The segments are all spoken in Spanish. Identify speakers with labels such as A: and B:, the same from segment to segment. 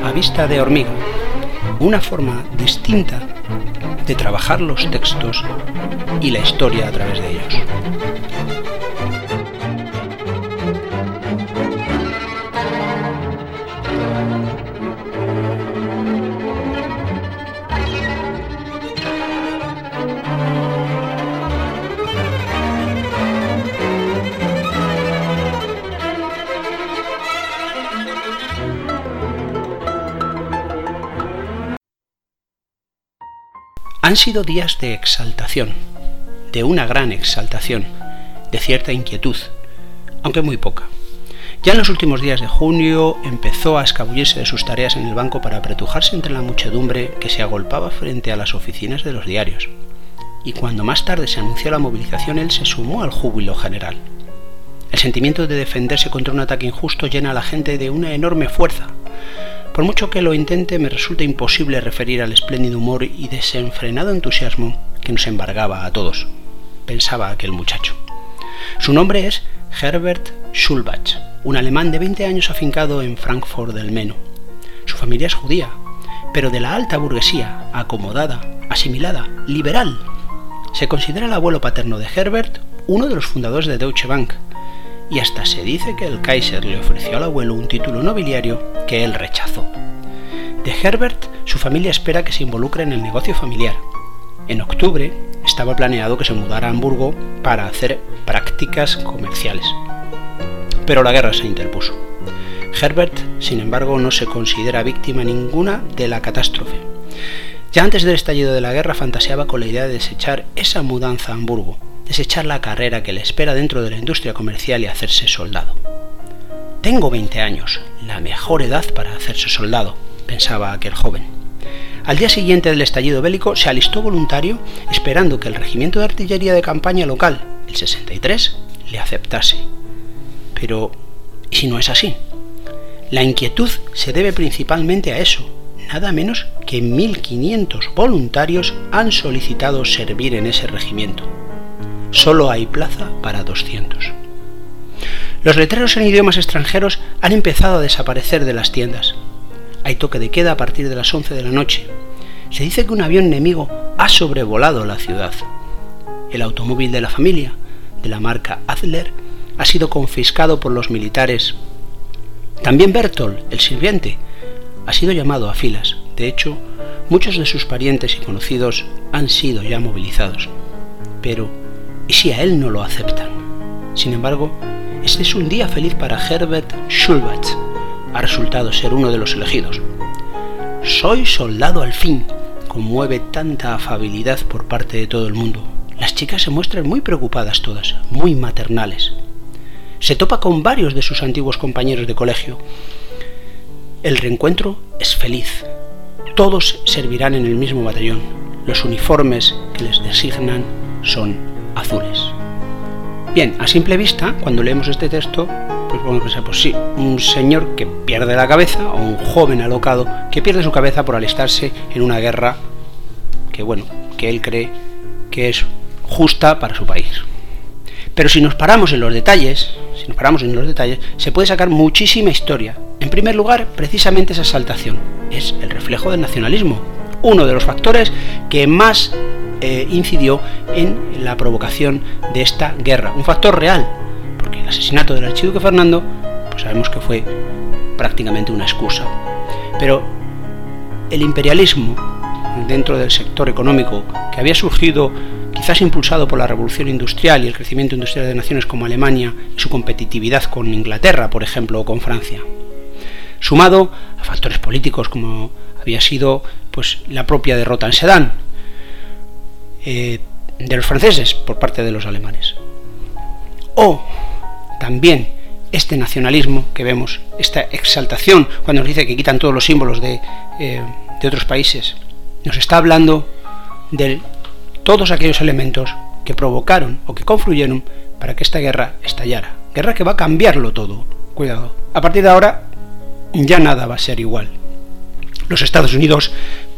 A: a vista de hormiga, una forma distinta de trabajar los textos y la historia a través de ellos. Han sido días de exaltación, de una gran exaltación, de cierta inquietud, aunque muy poca. Ya en los últimos días de junio empezó a escabullirse de sus tareas en el banco para apretujarse entre la muchedumbre que se agolpaba frente a las oficinas de los diarios. Y cuando más tarde se anunció la movilización, él se sumó al júbilo general. El sentimiento de defenderse contra un ataque injusto llena a la gente de una enorme fuerza. Por mucho que lo intente, me resulta imposible referir al espléndido humor y desenfrenado entusiasmo que nos embargaba a todos, pensaba aquel muchacho. Su nombre es Herbert Schulbach, un alemán de 20 años afincado en Frankfurt del Meno. Su familia es judía, pero de la alta burguesía, acomodada, asimilada, liberal. Se considera el abuelo paterno de Herbert uno de los fundadores de Deutsche Bank, y hasta se dice que el Kaiser le ofreció al abuelo un título nobiliario que él rechazó. De Herbert, su familia espera que se involucre en el negocio familiar. En octubre estaba planeado que se mudara a Hamburgo para hacer prácticas comerciales. Pero la guerra se interpuso. Herbert, sin embargo, no se considera víctima ninguna de la catástrofe. Ya antes del estallido de la guerra fantaseaba con la idea de desechar esa mudanza a Hamburgo, desechar la carrera que le espera dentro de la industria comercial y hacerse soldado. Tengo 20 años, la mejor edad para hacerse soldado, pensaba aquel joven. Al día siguiente del estallido bélico se alistó voluntario esperando que el regimiento de artillería de campaña local, el 63, le aceptase. Pero, ¿y si no es así? La inquietud se debe principalmente a eso. Nada menos que 1.500 voluntarios han solicitado servir en ese regimiento. Solo hay plaza para 200. Los letreros en idiomas extranjeros han empezado a desaparecer de las tiendas. Hay toque de queda a partir de las 11 de la noche. Se dice que un avión enemigo ha sobrevolado la ciudad. El automóvil de la familia, de la marca Adler, ha sido confiscado por los militares. También Bertolt, el sirviente, ha sido llamado a filas. De hecho, muchos de sus parientes y conocidos han sido ya movilizados. Pero, ¿y si a él no lo aceptan? Sin embargo, este es un día feliz para Herbert Schulbach. Ha resultado ser uno de los elegidos. «Soy soldado al fin», conmueve tanta afabilidad por parte de todo el mundo. Las chicas se muestran muy preocupadas todas, muy maternales. Se topa con varios de sus antiguos compañeros de colegio. El reencuentro es feliz. Todos servirán en el mismo batallón. Los uniformes que les designan son azules. Bien, a simple vista, cuando leemos este texto, pues podemos pensar, pues sí, un señor que pierde la cabeza, o un joven alocado que pierde su cabeza por alistarse en una guerra que él cree que es justa para su país. Pero si nos paramos en los detalles, se puede sacar muchísima historia. En primer lugar, precisamente esa exaltación es el reflejo del nacionalismo, uno de los factores que más incidió en la provocación de esta guerra, un factor real, porque el asesinato del archiduque Fernando, pues sabemos que fue prácticamente una excusa. Pero el imperialismo dentro del sector económico que había surgido quizás impulsado por la revolución industrial y el crecimiento industrial de naciones como Alemania y su competitividad con Inglaterra, por ejemplo, o con Francia, sumado a factores políticos como había sido pues la propia derrota en Sedan de los franceses por parte de los alemanes, o también este nacionalismo que vemos, esta exaltación cuando nos dice que quitan todos los símbolos de otros países, nos está hablando de todos aquellos elementos que provocaron o que confluyeron para que esta guerra estallara. Guerra que va a cambiarlo todo. Cuidado. A partir de ahora ya nada va a ser igual. Los Estados Unidos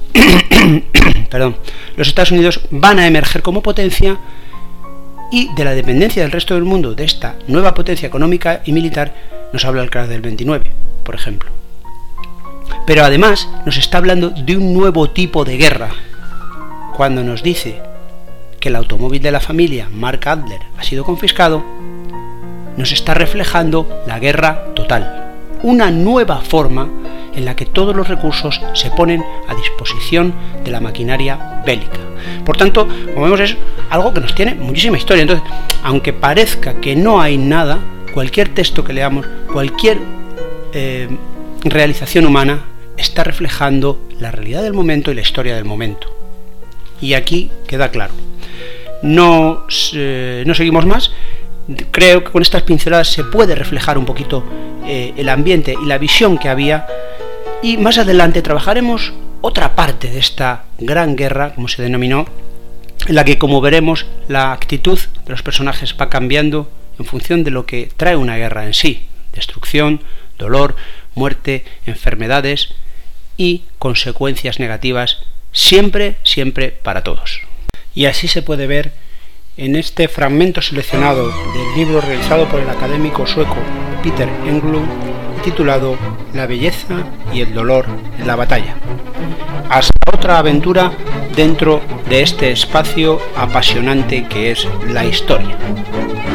A: los Estados Unidos van a emerger como potencia y de la dependencia del resto del mundo de esta nueva potencia económica y militar nos habla el Crack del 29, por ejemplo. Pero además nos está hablando de un nuevo tipo de guerra. Cuando nos dice que el automóvil de la familia Mark Adler ha sido confiscado, nos está reflejando la guerra total, una nueva forma en la que todos los recursos se ponen a disposición de la maquinaria bélica. Por tanto, como vemos, es algo que nos tiene muchísima historia. Entonces, aunque parezca que no hay nada, cualquier texto que leamos, cualquier realización humana está reflejando la realidad del momento y la historia del momento. Y aquí queda claro. No seguimos más. Creo que con estas pinceladas se puede reflejar un poquito el ambiente y la visión que había, y más adelante trabajaremos otra parte de esta gran guerra, como se denominó, en la que, como veremos, la actitud de los personajes va cambiando en función de lo que trae una guerra en sí: destrucción, dolor, muerte, enfermedades y consecuencias negativas, siempre para todos. Y así se puede ver en este fragmento seleccionado del libro realizado por el académico sueco Peter Englund, titulado La belleza y el dolor en la batalla. Hasta otra aventura dentro de este espacio apasionante que es la historia.